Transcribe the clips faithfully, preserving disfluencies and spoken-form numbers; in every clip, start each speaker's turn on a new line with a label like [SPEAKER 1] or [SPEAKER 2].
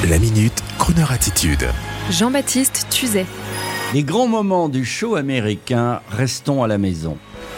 [SPEAKER 1] La Minute, Crooner Attitude.
[SPEAKER 2] Jean-Baptiste Tuzet.
[SPEAKER 3] Les grands moments du show américain, restons à la maison.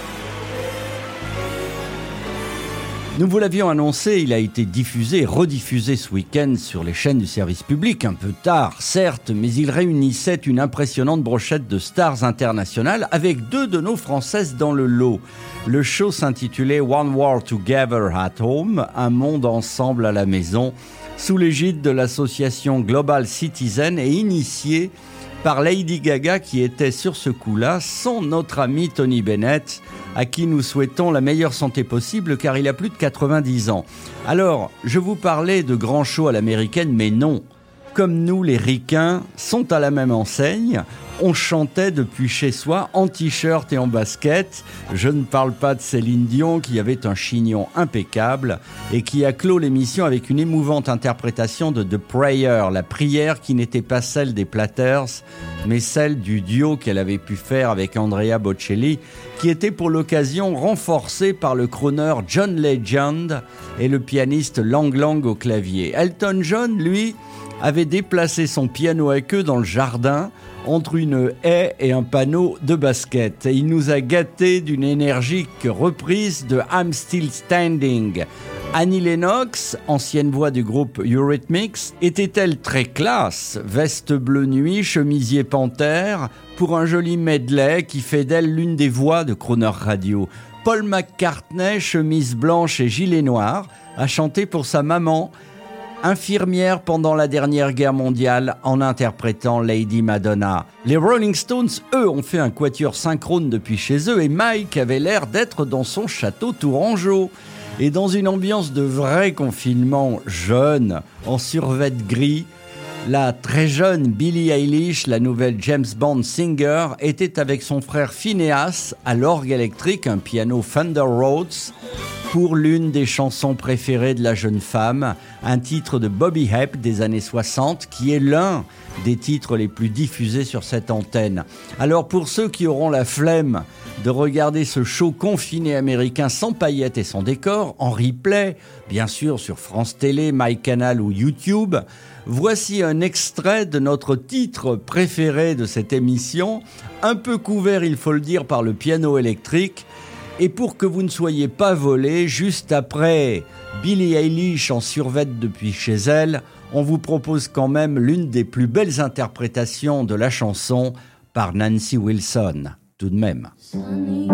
[SPEAKER 3] Nous vous l'avions annoncé, il a été diffusé et rediffusé ce week-end sur les chaînes du service public, un peu tard, certes, mais il réunissait une impressionnante brochette de stars internationales avec deux de nos Françaises dans le lot. Le show s'intitulait One World Together at Home, un monde ensemble à la maison, sous l'égide de l'association Global Citizen et initié par Lady Gaga qui était sur ce coup-là sans notre ami Tony Bennett, à qui nous souhaitons la meilleure santé possible car il a plus de quatre-vingt-dix ans. Alors, je vous parlais de grands shows à l'américaine, mais non. Comme nous, les ricains sont à la même enseigne. On chantait depuis chez soi, en t-shirt et en basket. Je ne parle pas de Céline Dion, qui avait un chignon impeccable et qui a clos l'émission avec une émouvante interprétation de The Prayer, la prière qui n'était pas celle des Platters, mais celle du duo qu'elle avait pu faire avec Andrea Bocelli, qui était pour l'occasion renforcé par le crooner John Legend et le pianiste Lang Lang au clavier. Elton John, lui, avait déplacé son piano à queue dans le jardin entre une haie et un panneau de basket. Et il nous a gâtés d'une énergique reprise de I'm Still Standing. Annie Lennox, ancienne voix du groupe Eurythmics, était-elle très classe, veste bleu nuit, chemisier panthère, pour un joli medley qui fait d'elle l'une des voix de Crooner Radio. Paul McCartney, chemise blanche et gilet noir, a chanté pour sa maman, infirmière pendant la dernière guerre mondiale en interprétant Lady Madonna. Les Rolling Stones, eux, ont fait un quatuor synchrone depuis chez eux et Mike avait l'air d'être dans son château tourangeau. Et dans une ambiance de vrai confinement jeune, en survêt gris, la très jeune Billie Eilish, la nouvelle James Bond singer, était avec son frère Phineas à l'orgue électrique, un piano Fender Rhodes, pour l'une des chansons préférées de la jeune femme, un titre de Bobby Hebb des années soixante, qui est l'un des titres les plus diffusés sur cette antenne. Alors pour ceux qui auront la flemme de regarder ce show confiné américain sans paillettes et sans décor, en replay, bien sûr sur France Télé, MyCanal ou YouTube, voici un extrait de notre titre préféré de cette émission, un peu couvert, il faut le dire, par le piano électrique. Et pour que vous ne soyez pas volés, juste après Billie Eilish en survêt depuis chez elle, on vous propose quand même l'une des plus belles interprétations de la chanson par Nancy Wilson, tout de même. Sunny.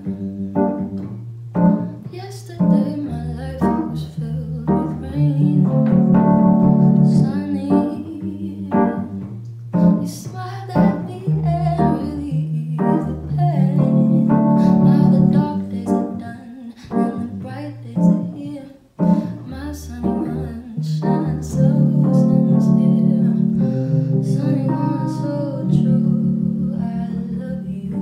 [SPEAKER 3] Yesterday my life was filled with rain. Sunny. You smiled at me and relieved the pain. Now the dark days are done and the bright days are here. My sunny one shines so sincere. Sunny one so true, I love you.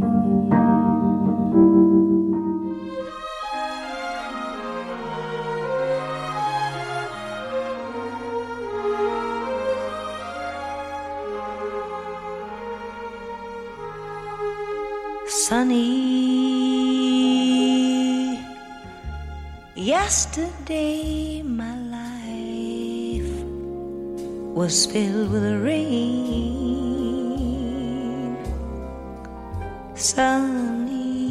[SPEAKER 4] Sunny, yesterday my life was filled with rain. Sunny,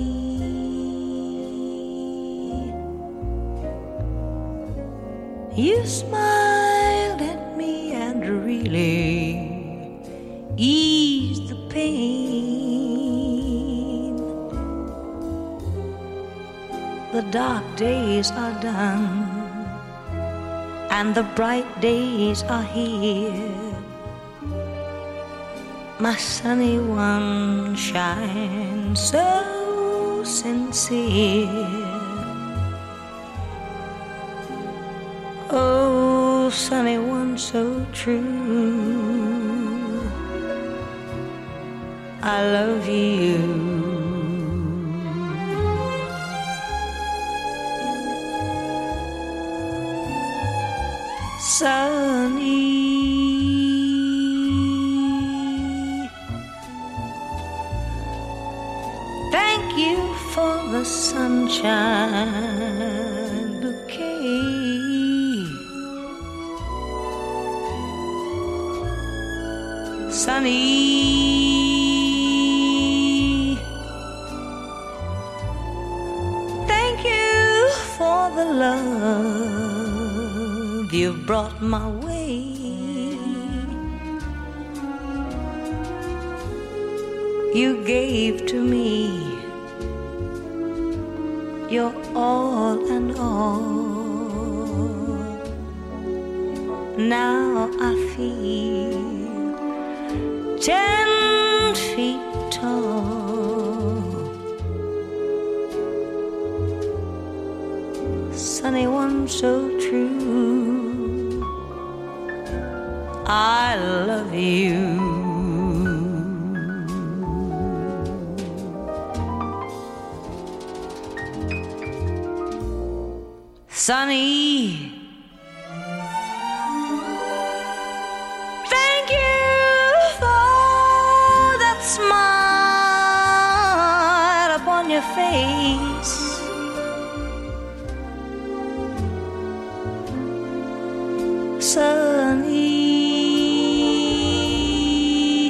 [SPEAKER 4] you smiled at me and really eased the pain. The dark days are done and the bright days are here. My sunny one shines so sincere. Oh, sunny one so true, I love you. Sunny, thank you for the sunshine bouquet. sunny. Thank you for the love you've brought my way. You gave to me your all and all. Now I feel ten feet tall. Sunny one so true, I love you. Sunny, thank you for that smile upon your face. Sunny,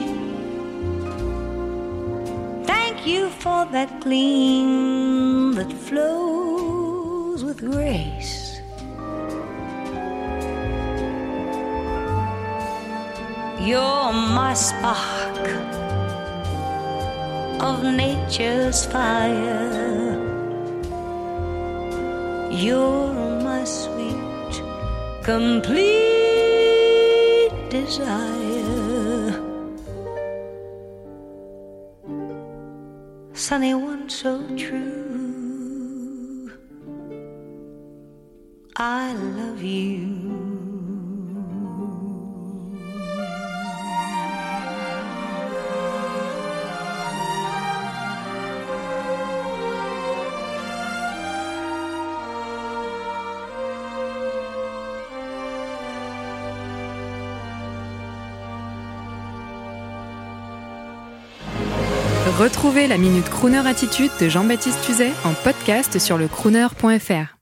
[SPEAKER 4] thank you for that gleam that flows with grace. You're my spark of nature's fire. You're my sweet, complete desire. Sunny one so true, I love you.
[SPEAKER 2] Retrouvez la Minute Crooner Attitude de Jean-Baptiste Tuzet en podcast sur le crooner point f r.